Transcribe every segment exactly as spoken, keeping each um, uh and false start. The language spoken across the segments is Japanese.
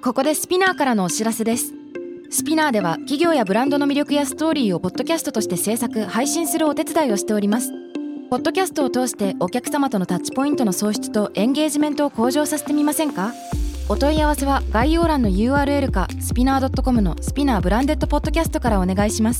ここでスピナーからのお知らせです。スピナーでは企業やブランドの魅力やストーリーをポッドキャストとして制作・配信するお手伝いをしております。ポッドキャストを通してお客様とのタッチポイントの創出とエンゲージメントを向上させてみませんか？お問い合わせは概要欄の ユーアールエル かスピナー ドットコム のスピナーブランデッドポッドキャストからお願いします。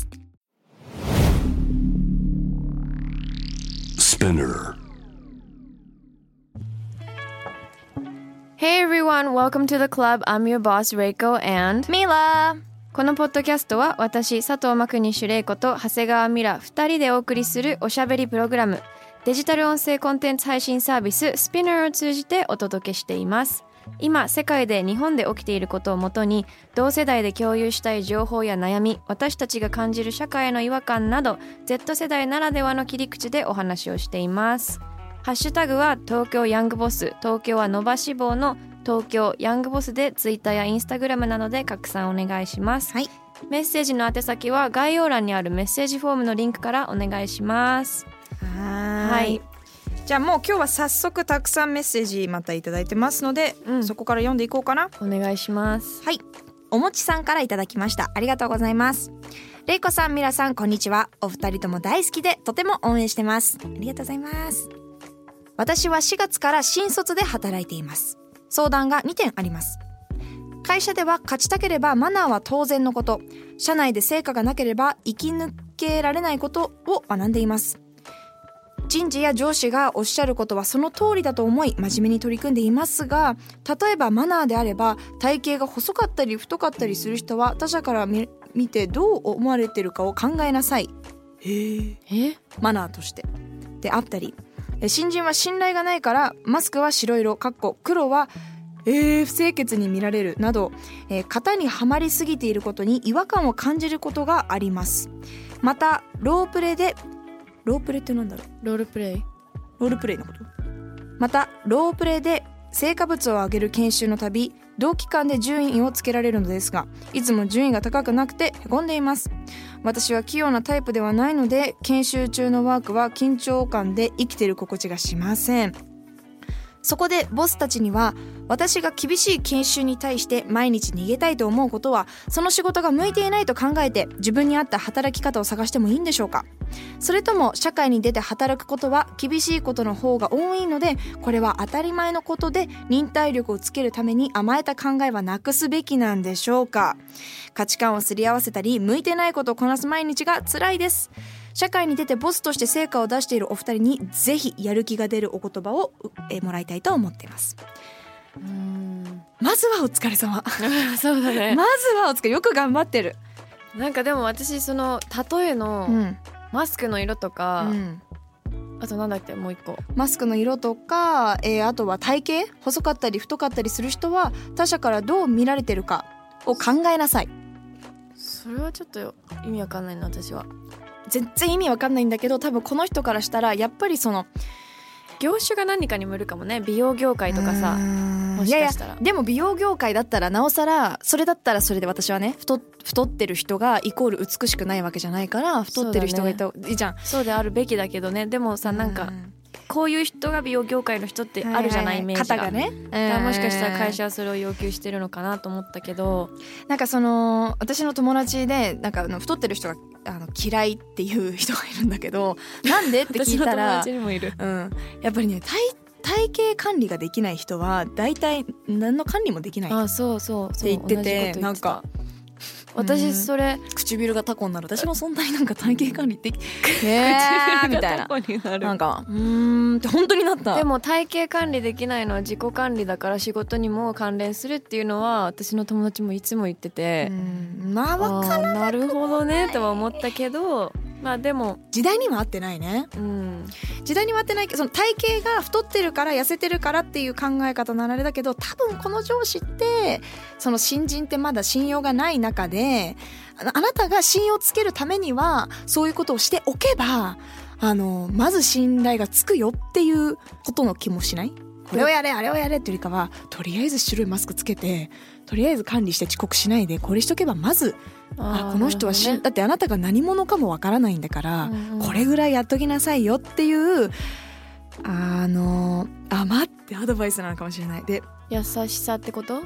Hey everyone, welcome to the club. I'm your boss Reiko and Mila。 このポッドキャストは私佐藤真国主玲子と長谷川ミラふたりでお送りするおしゃべりプログラム、デジタル音声コンテンツ配信サービススピナーを通じてお届けしています。今世界で日本で起きていることをもとに同世代で共有したい情報や悩み、私たちが感じる社会の違和感など Z 世代ならではの切り口でお話をしています。ハッシュタグは東京ヤングボス、東京は伸ばし棒の東京ヤングボスでツイッターやインスタグラムなどで拡散お願いします、 はい、 メッセージの宛先は概要欄にあるメッセージフォームのリンクからお願いします。 ははいい、 じゃあもう今日は早速たくさんメッセージまたいただいてますので、うん、そこから読んでいこうかな。 お願いします。 はい、おもちさんからいただきました。ありがとうございます。れいこさん、みらさん、こんにちは。お二人とも大好きでとても応援してます。ありがとうございます。私はしがつから新卒で働いています。相談がにてんあります。会社では勝ちたければマナーは当然のこと、社内で成果がなければ生き抜けられないことを学んでいます。人事や上司がおっしゃることはその通りだと思い真面目に取り組んでいますが、例えばマナーであれば体型が細かったり太かったりする人は他者から見てどう思われてるかを考えなさい。へえ、マナーとしてであったり、新人は信頼がないからマスクは白色かっこ黒はえー、不清潔に見られるなど、えー、型にはまりすぎていることに違和感を感じることがあります。またロープレでロープレってなんだろうロールプレイロールプレイのことまたロープレで成果物を上げる研修のたび同期間で順位をつけられるのですが、いつも順位が高くなくてへこんでいます。私は器用なタイプではないので研修中のワークは緊張感で生きている心地がしません。そこでボスたちには私が厳しい研修に対して毎日逃げたいと思うことはその仕事が向いていないと考えて自分に合った働き方を探してもいいんでしょうか。それとも社会に出て働くことは厳しいことの方が多いのでこれは当たり前のことで忍耐力をつけるために甘えた考えはなくすべきなんでしょうか。価値観をすり合わせたり向いてないことをこなす毎日が辛いです。社会に出てボスとして成果を出しているお二人にぜひやる気が出るお言葉をえもらいたいと思っています。うーん、まずはお疲れ様そうだねまずはお疲れ、よく頑張ってる。 なんかでも私その例えのマスクの色とか、うん、あとなんだっけもう一個マスクの色とか、えー、あとは体型細かったり太かったりする人は他者からどう見られてるかを考えなさい。 それはちょっと意味わかんないな。私は全然意味わかんないんだけど多分この人からしたらやっぱりその業種が何かにもよるかもね。美容業界とかさ、もしかしたら。 いやいやでも美容業界だったらなおさらそれだったらそれで私はね 太, 太ってる人がイコール美しくないわけじゃないから太ってる人がいたいいじゃん。 そうであるべきだけどね。でもさなんかこういう人が美容業界の人ってあるじゃない、はいはいはい、イメージが肩がね、 だからもしかしたら会社はそれを要求してるのかなと思ったけど、 なんかその私の友達でなんかあの太ってる人があの嫌いっていう人がいるんだけどなんでって聞いたら私の友達にもいる、 うん、やっぱりね体体型管理ができない人は大体何の管理もできないあそうそうそうって言ってて、なんか私それ唇がタコになる。私もそんなになんか体型管理できへーみたいななんかうーんって本当になった。 でも体型管理できないのは自己管理だから仕事にも関連するっていうのは私の友達もいつも言ってて、 うんまあ分からなるほどねとは思ったけど、まあでも時代には合ってないね、うん、時代には合ってないけどその体型が太ってるから痩せてるからっていう考え方ならあれだけど多分この上司ってその新人ってまだ信用がない中であなたが信用つけるためにはそういうことをしておけばあのまず信頼がつくよっていうことの気もしない？これをやれあれをやれっていうよりかはとりあえず白いマスクつけてとりあえず管理して遅刻しないでこれしとけばまずあこの人はし、ね、だってあなたが何者かもわからないんだから、うんうん、これぐらいやっときなさいよっていうあのあ待ってアドバイスなのかもしれない。で優しさってこと？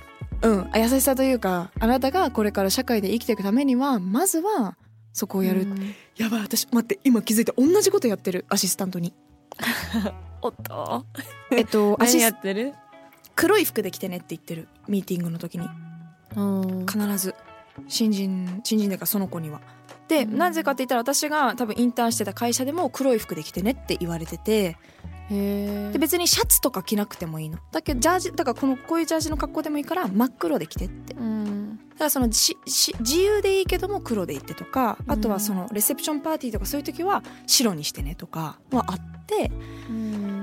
うん優しさというか、あなたがこれから社会で生きていくためにはまずはそこをやる、うん、やばい私待って今気づいた、同じことやってるアシスタントにおっとえっと何やってる？ 黒い服で来てねって言ってる、ミーティングの時に必ず新人新人だからその子には。で、うん、なぜかって言ったら私が多分インターンしてた会社でも黒い服で来てねって言われてて、へで別にシャツとか着なくてもいいのだけどジャージだからこのこういうジャージの格好でもいいから真っ黒で着てって、うん、だからそのしし自由でいいけども黒でいってとか、あとはそのレセプションパーティーとかそういう時は白にしてねとかはあって、うん、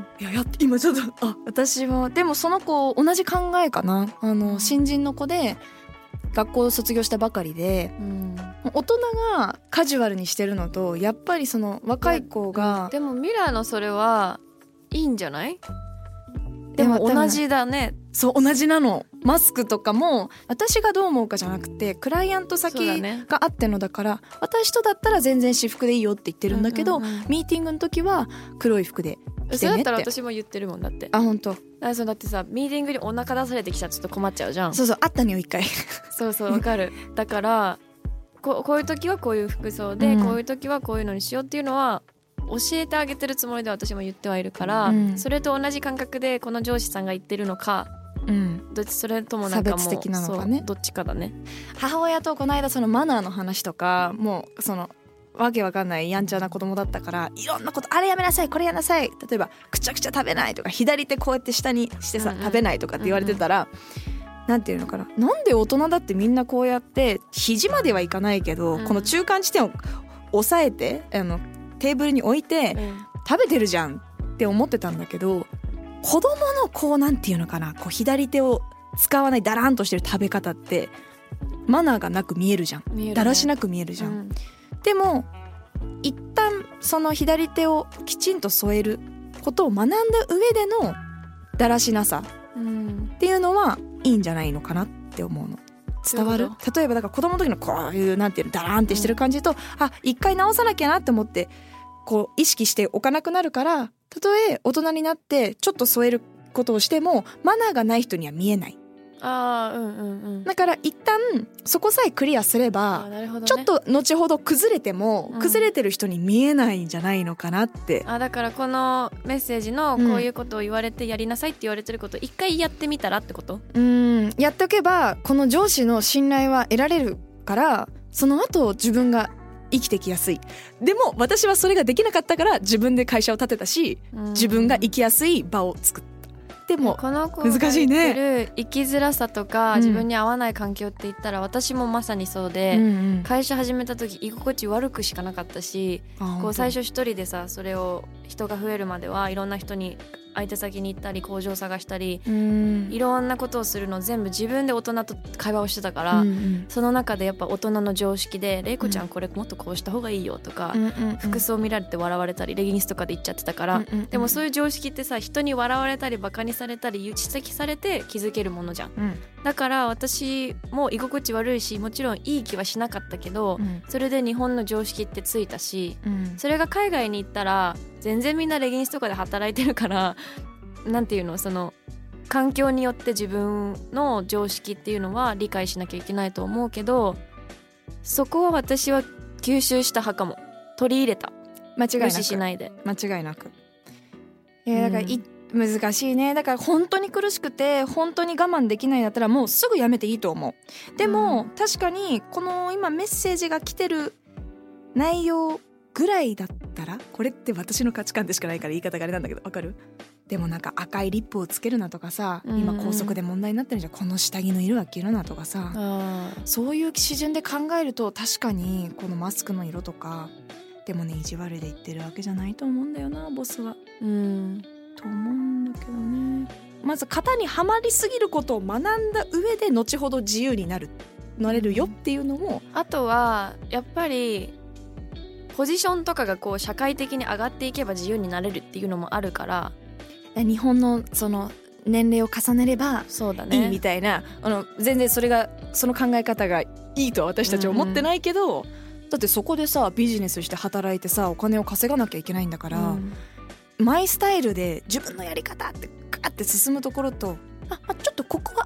いややって今ちょっとあ私もでもその子同じ考えかな、あの新人の子で学校を卒業したばかりで、うん、大人がカジュアルにしてるのとやっぱりその若い子が、 でもミラのそれはいいんじゃない？でも同じだね。 そう同じなの。マスクとかも私がどう思うかじゃなくてクライアント先があってのだから、ね、私とだったら全然私服でいいよって言ってるんだけど、うんうんうん、ミーティングの時は黒い服で着てねって。 それだったら私も言ってるもんだって。 あ本当。 だからそうだってさミーティングにお腹出されてきちゃうとちょっと困っちゃうじゃん。 そうそうあったのよ一回そうそうわかるだからこ う, こういう時はこういう服装で、うん、こういう時はこういうのにしようっていうのは教えてあげてるつもりで私も言ってはいるから、うん、それと同じ感覚でこの上司さんが言ってるのか、うん、どっちそれともなんかもう差別的なのかね、 どっちかだね。 母親とこの間そのマナーの話とかもうそのわけわかんないやんちゃな子供だったからいろんなことあれやめなさいこれやめなさい、例えばくちゃくちゃ食べないとか左手こうやって下にしてさ、うんうん、食べないとかって言われてたら、うんうん、なんていうのかな、なんで大人だってみんなこうやって肘まではいかないけど、うん、この中間地点を押さえてあのテーブルに置いて、うん、食べてるじゃんって思ってたんだけど、子供のこうなんていうのかな、こう左手を使わないダラーンとしてる食べ方ってマナーがなく見えるじゃん、ね、だらしなく見えるじゃん、うん、でも一旦その左手をきちんと添えることを学んだ上でのだらしなさっていうのはいいんじゃないのかなって思うの。伝わる？例えばだから子供の時のこういうなんていうのダラーンってしてる感じと、うん、あ一回直さなきゃなって思ってこう意識しておかなくなるから、たとえ大人になってちょっと添えることをしてもマナーがない人には見えない。 あ、うんうんうん、だから一旦そこさえクリアすれば、ね、ちょっと後ほど崩れても、うん、崩れてる人に見えないんじゃないのかなって。 あだからこのメッセージのこういうことを言われてやりなさいって言われてることを一回やってみたらってこと？ うんやっておけばこの上司の信頼は得られるから、その後自分が生きてきやすい。でも私はそれができなかったから自分で会社を建てたし、自分が生きやすい場を作った。でもこの子が言ってる生きづらさとか、うん、自分に合わない環境って言ったら私もまさにそうで、うんうん、会社始めた時居心地悪くしかなかったし、こう最初一人でさ、それを人が増えるまではいろんな人に相手先に行ったり工場探したり、うん、いろんなことをするの全部自分で大人と会話をしてたから、うんうん、その中でやっぱ大人の常識でレイコちゃんこれもっとこうした方がいいよとか、うんうんうん、服装見られて笑われたりレギンスとかで言っちゃってたから、うんうんうん、でもそういう常識ってさ、人に笑われたりバカにされたり指摘されて気づけるものじゃん、うん、だから私も居心地悪いしもちろんいい気はしなかったけど、うん、それで日本の常識ってついたし、うん、それが海外に行ったら全然みんなレギンスとかで働いてるからなんていうの、その環境によって自分の常識っていうのは理解しなきゃいけないと思うけど、そこは私は吸収した派かも。取り入れた。 間違いなく無視しないで。 間違いなく。いやだからい、うん、難しいね。だから本当に苦しくて本当に我慢できないんだったらもうすぐやめていいと思う。でも、うん、確かにこの今メッセージが来てる内容ぐらいだったら、これって私の価値観でしかないから言い方があれなんだけど、わかる？でもなんか赤いリップをつけるなとかさ、今高速で問題になってるじゃん、この下着の色は着るなとかさ、そういう基準で考えると確かにこのマスクの色とかでもね、意地悪で言ってるわけじゃないと思うんだよな、ボスは。うんと思うんだけどね。まず型にはまりすぎることを学んだ上で後ほど自由になるなれるよっていうのも、 あとはやっぱりポジションとかがこう社会的に上がっていけば自由になれるっていうのもあるから、 日本のその年齢を重ねればいいみたいな、あの全然それがその考え方がいいとは私たちは思ってないけど、うんうん、だってそこでさビジネスして働いてさお金を稼がなきゃいけないんだから、うん、マイスタイルで自分のやり方ってガーって進むところと、あ、まあ、ちょっとここは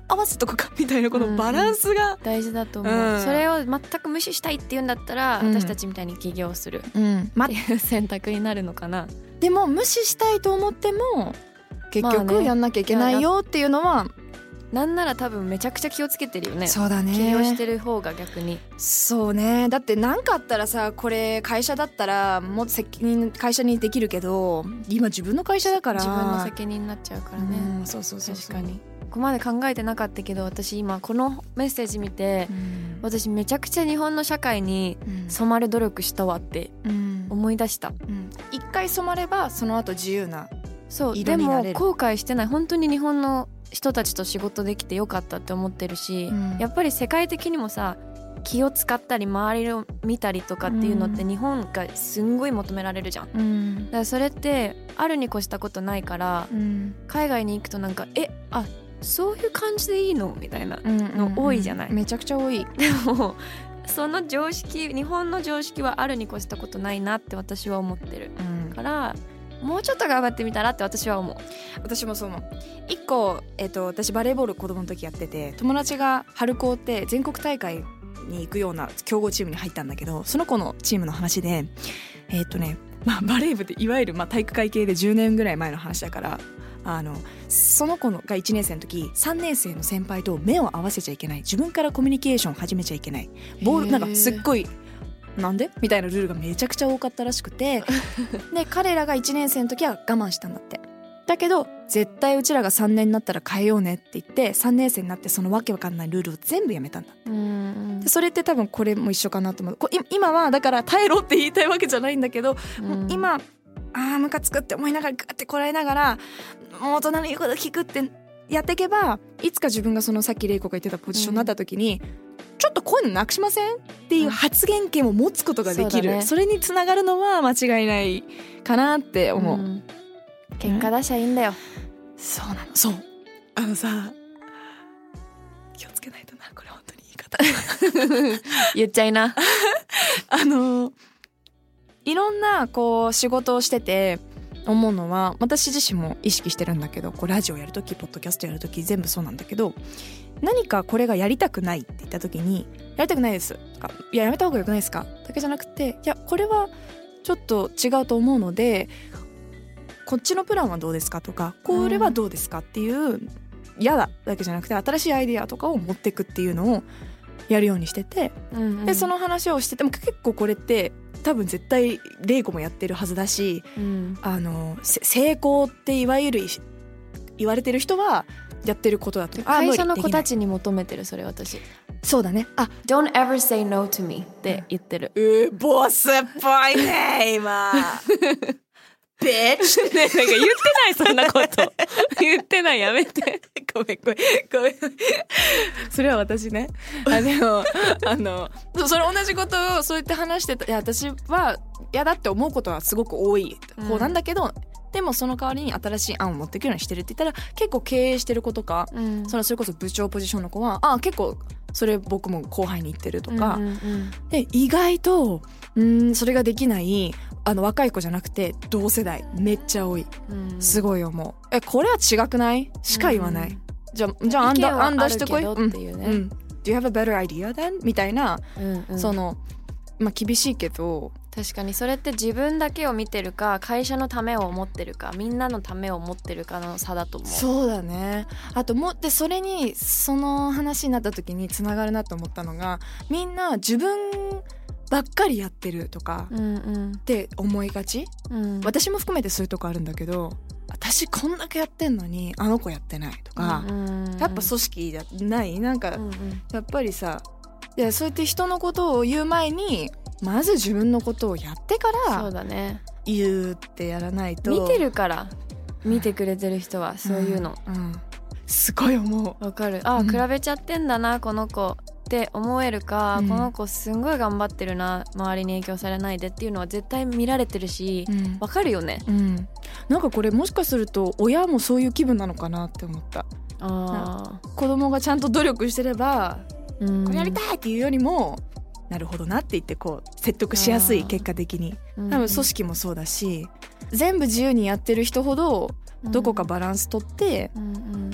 合わせとくかみたいなこのバランスが、 うん、大事だと思う、 うん、 それを全く無視したいって言うんだったら、うん、私たちみたいに起業する、うん、っていう選択になるのかな。 でも無視したいと思っても結局やんなきゃいけないよっていうのは、まあね、 なんなら多分めちゃくちゃ気をつけてるよね。 そうだね、 起業してる方が逆に。 そうね、だって何かあったらさ、これ会社だったらもっと責任会社にできるけど、今自分の会社だから自分の責任になっちゃうからね、 うん、そうそうそうそう、 確かにここまで考えてなかったけど、私今このメッセージ見て、うん、私めちゃくちゃ日本の社会に染まる努力したわって思い出した、うんうん、 一回染まればその後自由なそうでも後悔してない。本当に日本の人たちと仕事できてよかったって思ってるし、うん、やっぱり世界的にもさ、気を使ったり周りを見たりとかっていうのって日本がすんごい求められるじゃん、うん、だからそれってあるに越したことないから、うん、海外に行くとなんかえあそういう感じでいいのみたいなの多いじゃない、 うんうんうん、めちゃくちゃ多い。 でもその常識、日本の常識はあるに越したことないなって私は思ってる、うん、からもうちょっと頑張ってみたらって私は思う。 私もそう思う。一個、えっと、私バレーボール子供の時やってて、友達が春高って全国大会に行くような強豪チームに入ったんだけど、その子のチームの話でえっとね、まあ、バレー部っていわゆるまあ体育会系でじゅうねんぐらい前の話だから、あのその子のがいちねん生の時、さんねん生の先輩と目を合わせちゃいけない、自分からコミュニケーション始めちゃいけない、ボールなんかすっごいなんでみたいなルールがめちゃくちゃ多かったらしくてで彼らがいちねん生の時は我慢したんだって。だけど絶対うちらがさんねんになったら変えようねって言ってさんねん生になってそのわけわかんないルールを全部やめたんだ。うんでそれって多分これも一緒かなと思う。こ今はだから耐えろって言いたいわけじゃないんだけど、もう今あームカつくって思いながらガッてこらえながらもう大人の言うこと聞くってやっていけば、いつか自分がそのさっき玲子が言ってたポジションになった時に、うん、ちょっとこういうのなくしませんっていう発言権を持つことができる、うん そ, ね、それにつながるのは間違いないかなって思う、うん、 結果出しゃいいんだよ、うん、 そうなの。そうあのさ、気をつけないとな、これ本当に言い方言っちゃいなあのいろんなこう仕事をしてて思うのは、私自身も意識してるんだけど、こうラジオやるときポッドキャストやるとき全部そうなんだけど、何かこれがやりたくないって言ったときに、やりたくないですとか、いややめた方がよくないですかだけじゃなくて、いやこれはちょっと違うと思うのでこっちのプランはどうですかとか、これはどうですかっていう嫌だだけじゃなくて、新しいアイデアとかを持っていくっていうのをやるようにしてて、うんうん、でその話をしてても結構これって多分絶対玲子もやってるはずだし、うん、あの成功っていわゆる言われてる人はやってることだと。 会社の子たちに求めてる、それ私。 そうだね。あ Don't ever say no to me って言ってる。 うーボスっぽいね今ビッチね、なんか言ってないそんなこと言ってない、やめてごめんごめんごめんそれは私ね。あでもあのそれ同じことをそうやって話してた。いや私は嫌だって思うことはすごく多い方なんだけど、うん、でもその代わりに新しい案を持ってくるようにしてるって言ったら、結構経営してる子とか、うん、そのそれこそ部長ポジションの子はあ結構それ僕も後輩に言ってるとか、うんうんうん、で意外とうんそれができないあの若い子じゃなくて同世代めっちゃ多い、うん、すごい思う。えこれは違くないしか言わない、うん、じゃあじゃあ案だ案出してこいっていうね、うんうん、Do you have a better idea then? みたいな、うんうん、そのまあ厳しいけど、 確かにそれって自分だけを見てるか会社のためを思ってるかみんなのためを思ってるかの差だと思う。 そうだね。あともってそれにその話になった時につながるなと思ったのが、みんな自分ばっかりやってるとかって思いがち、うんうん、私も含めてそういうとこあるんだけど、私こんだけやってんのにあの子やってないとか、うんうんうん、やっぱ組織じゃないなんか、うんうん、やっぱりさ、でそうやって人のことを言う前にまず自分のことをやってからそうだね言うってやらないと。 見てるから見てくれてる人はそういうの、 うんうん、すごい思う。わかる。あ、うん、比べちゃってんだなこの子って思えるか、うん、この子すんごい頑張ってるな周りに影響されないでっていうのは絶対見られてるし、うん、わかるよね、うん、 なんかこれもしかすると親もそういう気分なのかなって思った。あ子供がちゃんと努力してれば、うん、これやりたいっていうよりもなるほどなって言ってこう説得しやすい。結果的に多分組織もそうだし、全部自由にやってる人ほどどこかバランス取って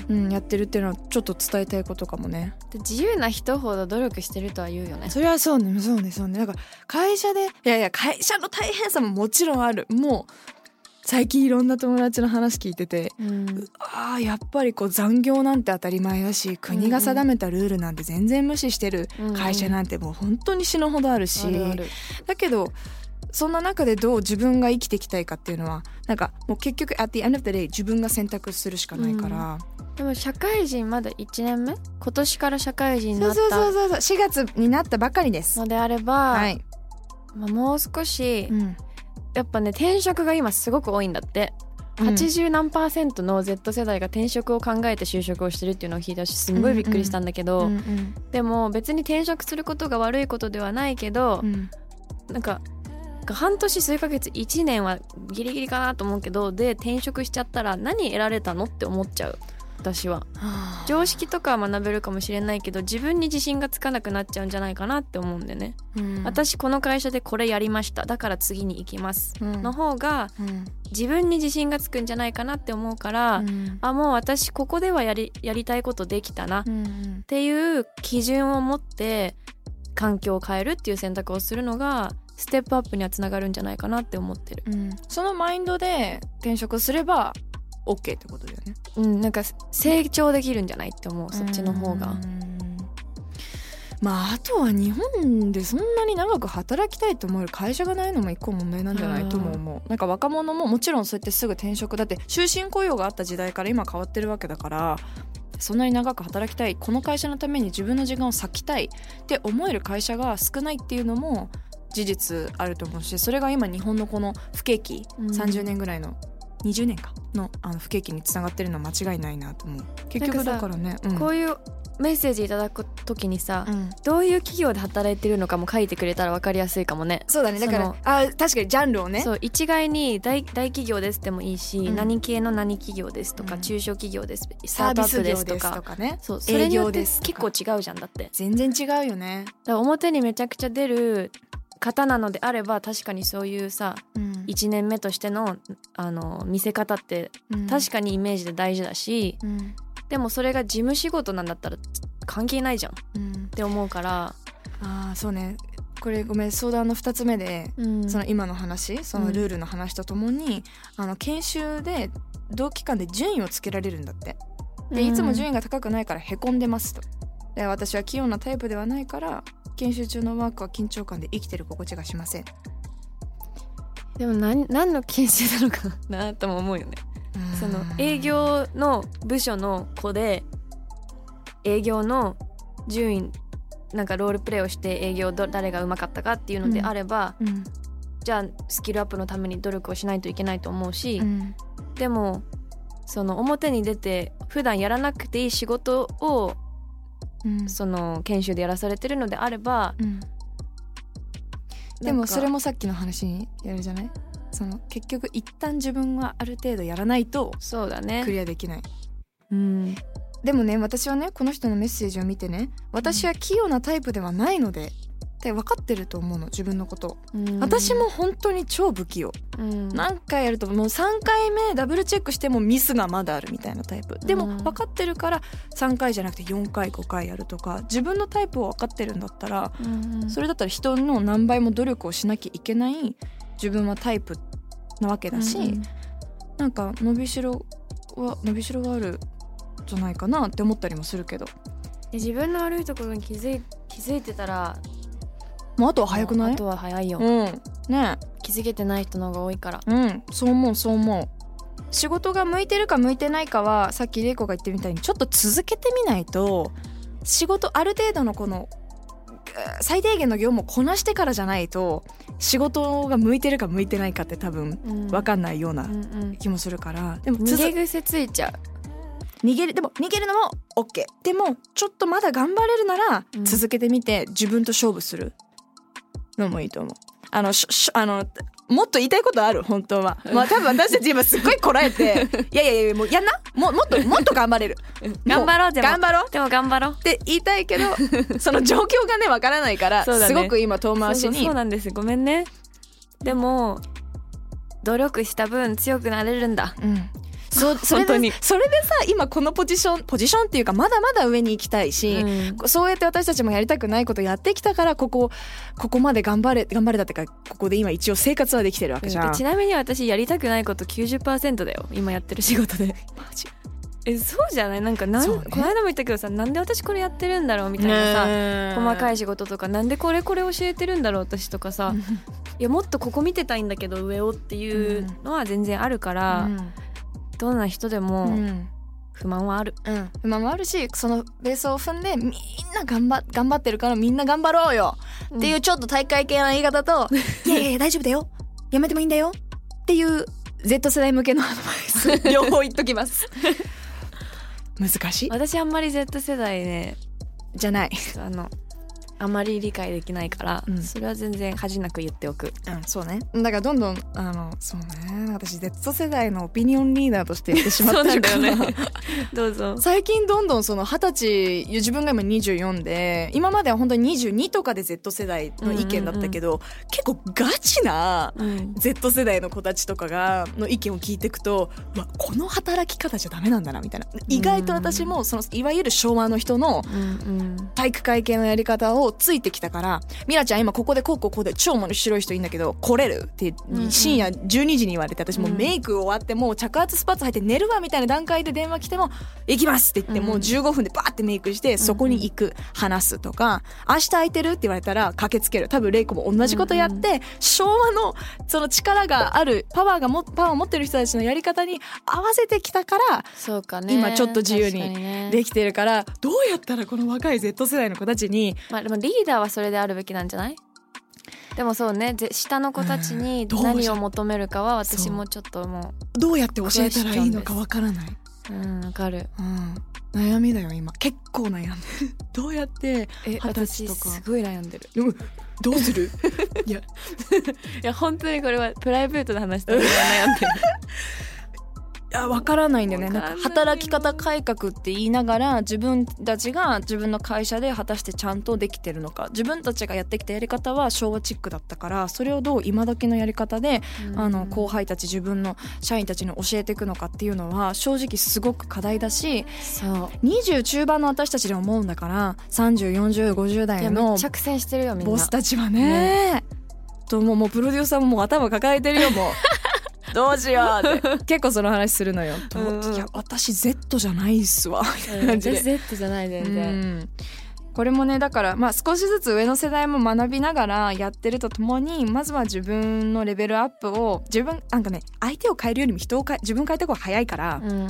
うん、やってるっていうのはちょっと伝えたいことかもね。 で自由な人ほど努力してるとは言うよね。 それはそうねそうねそうね。だから会社でいやいや会社の大変さももちろんある。もう最近いろんな友達の話聞いてて、うん、ああやっぱりこう残業なんて当たり前だし、国が定めたルールなんて全然無視してる会社なんてもう本当に死ぬほどあるし、うんうん、あるある。だけどそんな中でどう自分が生きていきたいかっていうのはなんかもう結局 at the end of the day 自分が選択するしかないから、 うん、でも社会人まだいちねんめ、今年から社会人になったそうそうそうそうしがつになったばかりですのであれば、 はい、 まあ、もう少し、うん、やっぱね転職が今すごく多いんだって、うん、はちじゅう何パーセントの Z 世代が転職を考えて就職をしてるっていうのを聞いたしすんごいびっくりしたんだけど、うんうん、でも別に転職することが悪いことではないけど、うん、なんか半年数ヶ月いちねんはギリギリかなと思うけど、で転職しちゃったら何得られたのって思っちゃう。私は常識とかは学べるかもしれないけど自分に自信がつかなくなっちゃうんじゃないかなって思うんでね、うん、私この会社でこれやりましただから次に行きます、うん、の方が、うん、自分に自信がつくんじゃないかなって思うから、うん、あもう私ここではやり、やりたいことできたなっていう基準を持って環境を変えるっていう選択をするのがステップアップにはつながるんじゃないかなって思ってる、うん、 そのマインドで転職すれば OK ってことだよね。 うん、なんか成長できるんじゃないって思う、そっちの方が。 まああとは日本でそんなに長く働きたいと思える会社がないのも一個問題なんじゃないとも思う。なんか若者ももちろんそうやってすぐ転職だって終身雇用があった時代から今変わってるわけだから、そんなに長く働きたい、この会社のために自分の時間を割きたいって思える会社が少ないっていうのも事実あると思うし、それが今日本のこの不景気、うん、さんじゅうねんぐらいのにじゅうねんか の, あの不景気につながってるのは間違いないなと思う。結局だからね、 うん、こういうメッセージいただくときにさ、うん、どういう企業で働いてるのかも書いてくれたら分かりやすいかもね。 そうだね。だからあ確かにジャンルをね、 そう一概に 大, 大企業ですでもいいし、うん、何系の何企業ですとか、うん、中小企業ですスタートアップですとか、 とかね、 そうそれによって結構違うじゃん。だって全然違うよね。 だから表にめちゃくちゃ出る方なのであれば確かにそういうさ、うん、いちねんめとしての、あの見せ方って確かにイメージで大事だし、うん、でもそれが事務仕事なんだったら関係ないじゃん、うん、って思うから。 あそうね、これごめん相談のふたつめで、うん、その今の話そのルールの話とともに、うん、あの研修で同期間で順位をつけられるんだって。でいつも順位が高くないからへこんでますと。で私は器用なタイプではないから研修中のワークは緊張感で生きてる心地がしません。 でも 何, 何の研修なのかなとも思うよね。その営業の部署の子で営業の順位なんかロールプレイをして営業ど誰がうまかったかっていうのであれば、うんうん、じゃあスキルアップのために努力をしないといけないと思うし、うん、でもその表に出て普段やらなくていい仕事をうん、その研修でやらされてるのであれば、うん、 でもそれもさっきの話にやるじゃない。その結局一旦自分はある程度やらないとそうだねクリアできない、うん、でもね私はねこの人のメッセージを見てね、私は器用なタイプではないのでって分かってると思うの自分のこと、うん、私も本当に超不器用、うん、何回やるともうさんかいめダブルチェックしてもミスがまだあるみたいなタイプでも分かってるからさんかいじゃなくてよんかいごかいやるとか、自分のタイプを分かってるんだったら、うん、それだったら人の何倍も努力をしなきゃいけない自分はタイプなわけだし、うん、なんか伸びしろは伸びしろがあるんじゃないかなって思ったりもするけど、 自分の悪いところに気づい、気づいてたらもうあとは早くない？ あとは早いよ、 うん、ね気づけてない人の方が多いから。 うんそう思うそう思う。仕事が向いてるか向いてないかはさっき玲子が言ってみたいにちょっと続けてみないと、仕事ある程度のこの最低限の業務をこなしてからじゃないと仕事が向いてるか向いてないかって多分分かんないような気もするから、うんうんうん、 でも逃げ癖ついちゃう。 逃げるでも逃げるのも OK でもちょっとまだ頑張れるなら続けてみて自分と勝負するのもいいと思う。あのししあのもっと言いたいことある本当は、まあ、多分私たち今すっごいこらえていやいやいやもうやんなも, もっともっと頑張れる頑張ろうでも頑張ろうでも頑張ろうって言いたいけどその状況がねわからないから、ね、すごく今遠回しに。 そうそうそうなんですごめんね。でも努力した分強くなれるんだ、 うん、 そうそれ本当にでそれでさ今このポジションポジションっていうかまだまだ上に行きたいし、 うんそうやって私たちもやりたくないことやってきたからここここまで頑張れ頑張れだってかここで今一応生活はできてるわけじゃん。 でちなみに私やりたくないこと きゅうじゅっパーセント だよ今やってる仕事で。 マジえそうじゃないなんかなん、 そうねこの間も言ったけどさなんで私これやってるんだろうみたいなさ、細かい仕事とかなんでこれこれ教えてるんだろう私とかさ、いやもっとここ見てたいんだけど上をっていうのは全然あるから、 うんどんな人でうもん不満はある、 うん不満もあるしそのベースを踏んでみんな頑張頑張ってるからみんな頑張ろうよ、 うんっていうちょっと大会系な言い方といやいやいや大丈夫だよやめてもいいんだよっていう Z 世代向けのアドバイス両方言っときます難しい私あんまり Z 世代ねじゃないあのあまり理解できないから、 うんそれは全然恥じなく言っておく。 うんそうねだからどんどんあのそうね私 Z 世代のオピニオンリーダーとして言ってしまってるからそうなんだよねどうぞ。 最近どんどんその二十歳自分が今にじゅうよんで今までは本当ににじゅうにとかで Z 世代の意見だったけど、うんうんうん、結構ガチなうん、 Z 世代の子たちとかがの意見を聞いていくとうわこの働き方じゃダメなんだなみたいな意外と私もそのいわゆる昭和の人の体育会系のやり方をついてきたからミラちゃん今ここでこうこうこうで超面白い人いいんだけど来れるって深夜じゅうにじに言われて私もうメイク終わってもう着圧スパッツ入って寝るわみたいな段階で電話来ても行きますって言ってもうじゅうごふんでバーってメイクしてそこに行く話すとか明日空いてるって言われたら駆けつける多分レイコも同じことやって昭和のその力があるパワーがもパワーを持ってる人たちのやり方に合わせてきたからそうかね今ちょっと自由にねできてるからどうやったらこの若い Z 世代の子たちにまあでもリーダーはそれであるべきなんじゃない？でもそうね下の子たちに何を求めるかは私もちょっともうどうやって教えたらいいのかわからない。 うんわかる、 うん、悩みだよ今結構悩んでるどうやってえ二十歳とか私すごい悩んでるでもどうするいやいや本当にこれはプライベートで話したら悩んでるいや分からないんだよね。なんかわかんない働き方改革って言いながら自分たちが自分の会社で果たしてちゃんとできてるのか自分たちがやってきたやり方は昭和チックだったからそれをどう今時のやり方で、うん、あの後輩たち自分の社員たちに教えていくのかっていうのは正直すごく課題だしそうにじゅう中盤の私たちで思うんだからさんじゅう、よんじゅう、ごじゅう代のめっちゃ苦戦してるよみんなボスたちはね、ねともう、もうプロデューサーももう頭抱えてるよもうどうしようって結構その話するのよ、うんうん、いや私 Z じゃないっすわみたいな感じで、 うん、Z じゃない全然、うん、 これもねだからまあ少しずつ上の世代も学びながらやってるとともにまずは自分のレベルアップを自分なんかね相手を変えるよりも人を変え自分を変えた方が早いから、うん、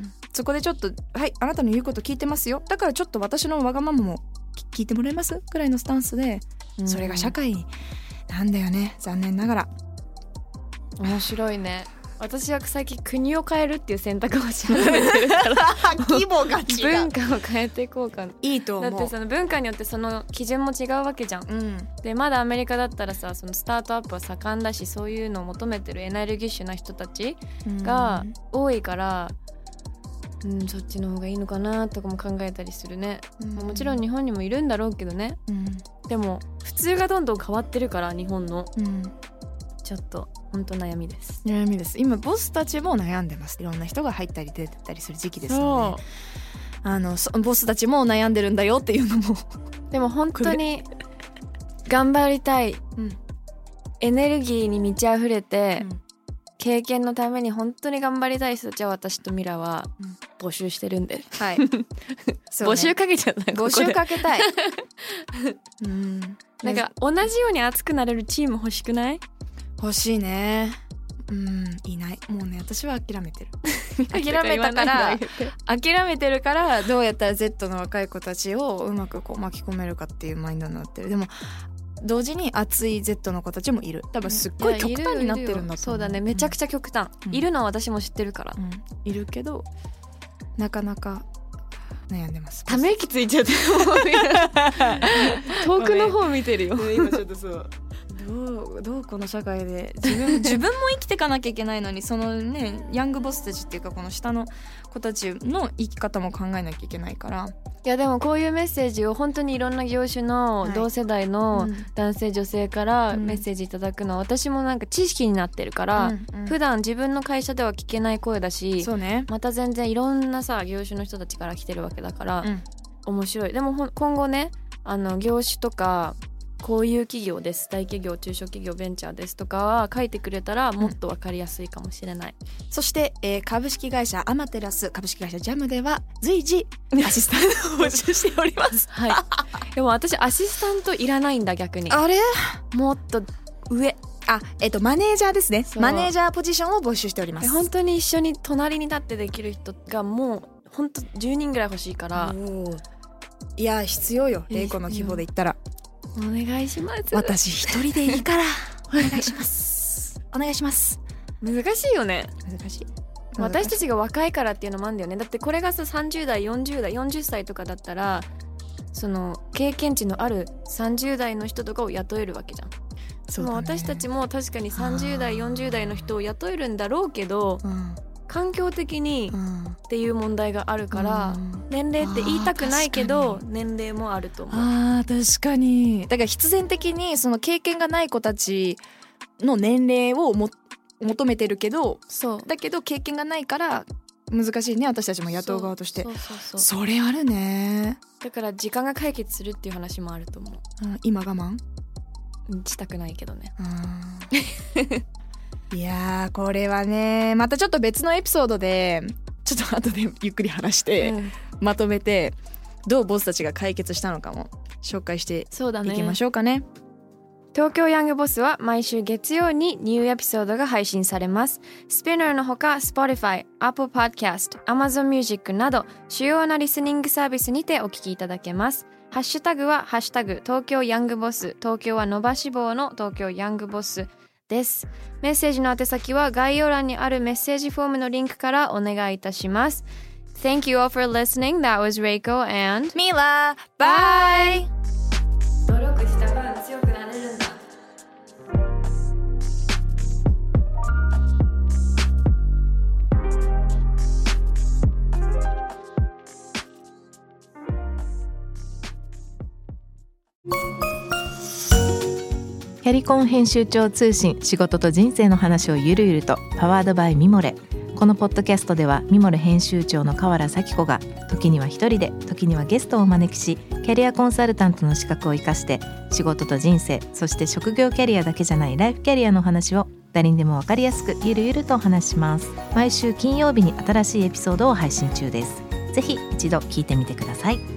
そこでちょっとはいあなたの言うこと聞いてますよだからちょっと私のわがままも聞いてもらえますくらいのスタンスで、うん、それが社会なんだよね残念ながら。 面白いね。私は最近国を変えるっていう選択をし始めてるから規模が違う文化を変えていこうかな。 いいと思う。 だってその文化によってその基準も違うわけじゃん、うん、でまだアメリカだったらさそのスタートアップは盛んだしそういうのを求めてるエネルギッシュな人たちが多いから、うん、そっちの方がいいのかなとかも考えたりするね、うん、もちろん日本にもいるんだろうけどね、うん、でも普通がどんどん変わってるから日本の、うん、ちょっと本当悩みです悩みです。今ボスたちも悩んでます。いろんな人が入ったり出てたりする時期ですのであのボスたちも悩んでるんだよっていうのもでも本当に頑張りたい、うん、エネルギーに満ち溢れて、うん、経験のために本当に頑張りたい人たちは私とミラは募集してるんで、 はい、 そうね、募集かけちゃった募集かけたいうん、なんか同じように熱くなれるチーム欲しくない？ 欲しいね。うんいないもうね私は諦めてる諦めたから諦めてるからどうやったら Z の若い子たちをうまくこう巻き込めるかっていうマインドになってる。でも同時に熱い Z の子たちもいる。多分すっごい極端になってるんだと思う。 そうだねめちゃくちゃ極端、うん、いるのは私も知ってるから、うん、 いるけどなかなか悩んでます。 ため息ついちゃって遠くの方見てるよ今ちょっとそうどうどうこの社会で自分自分も生きていかなきゃいけないのに、そのねヤングボスたちっていうかこの下の子たちの生き方も考えなきゃいけないから。 いやでもこういうメッセージを本当にいろんな業種の同世代の男性女性からメッセージいただくのは私もなんか知識になってるから、うんうん、普段自分の会社では聞けない声だし、 そうね、 また全然いろんなさ業種の人たちから来てるわけだから、うん、面白い。でも今後ね、あの業種とかこういう企業です、大企業中小企業ベンチャーですとかは書いてくれたらもっと分かりやすいかもしれない、 うん、そして、えー、株式会社アマテラス株式会社ジャムでは随時アシスタントを募集しておりますはい、でも私アシスタントいらないんだ。逆にあれもっと上、 あ、えっとマネージャーですね。マネージャーポジションを募集しております。 本当に一緒に隣に立ってできる人がもう本当じゅうにんぐらい欲しいから。 いや必要よ、レイコの希望で言ったら。 お願いします。 私一人でいいからお願いしますお願いします。 難しいよね。 難しい。 私たちが若いからっていうのもあるんだよね。だってこれがささんじゅう代よんじゅう代よんじゅっさいとかだったらその経験値のあるさんじゅう代の人とかを雇えるわけじゃん。そうだね、もう私たちも確かにさんじゅう代よんじゅう代の人を雇えるんだろうけど、うん、環境的にっていう問題があるから、うん、年齢って言いたくないけど年齢もあると思う。 あー確かに。だから必然的にその経験がない子たちの年齢をも求めてるけど、そうだけど経験がないから難しいね、私たちも雇う側として。そうそうそうそう、それあるね。 だから時間が解決するっていう話もあると思う、 うん、今我慢したくないけどね。 いやーこれはねまたちょっと別のエピソードでちょっと後でゆっくり話して、うん、まとめてどうボスたちが解決したのかも紹介していきましょうかね。 東京ヤングボスは毎週月曜にニューエピソードが配信されます。スピナーのほか Spotify、Apple Podcast、Amazon Music など主要なリスニングサービスにてお聞きいただけます。ハッシュタグはハッシュタグ東京ヤングボス、東京は伸ばし棒の東京ヤングボスです。メッセージの宛先は概要欄にあるメッセージフォームのリンクからお願いいたします。Thank you all for listening. That was Reiko and Mila. Bye! 努力した分強くなれるんだ。 キャリコン編集長通信、仕事と人生の話をゆるゆると、パワードバイミモレ。このポッドキャストではミモレ編集長の河原咲子が時には一人で時にはゲストをお招きし、キャリアコンサルタントの資格を生かして仕事と人生、そして職業キャリアだけじゃないライフキャリアの話を誰にでも分かりやすくゆるゆるとお話します。毎週金曜日に新しいエピソードを配信中です。ぜひ一度聞いてみてください。